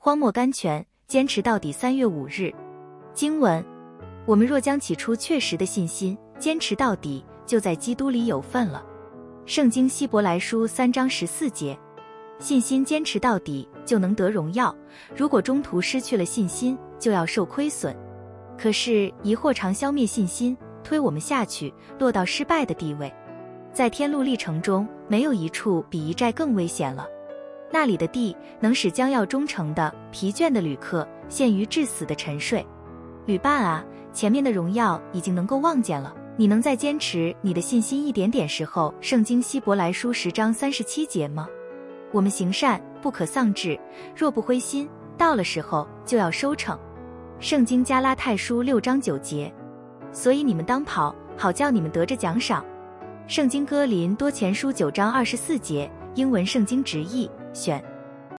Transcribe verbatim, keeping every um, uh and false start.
荒漠甘泉，坚持到底。三月五日，经文：我们若将起初确实的信心坚持到底，就在基督里有份了。圣经希伯来书三章十四节。信心坚持到底就能得荣耀，如果中途失去了信心，就要受亏损。可是疑惑常消灭信心，推我们下去，落到失败的地位。在天路历程中，没有一处比一寨更危险了。那里的地能使将要忠诚的疲倦的旅客陷于致死的沉睡。旅伴啊，前面的荣耀已经能够望见了，你能再坚持你的信心一点点时候圣经希伯来书十章三十七节吗？我们行善不可丧志，若不灰心，到了时候就要收成。圣经加拉太书六章九节。所以你们当跑，好叫你们得着奖赏。圣经哥林多前书九章二十四节，英文圣经直译，选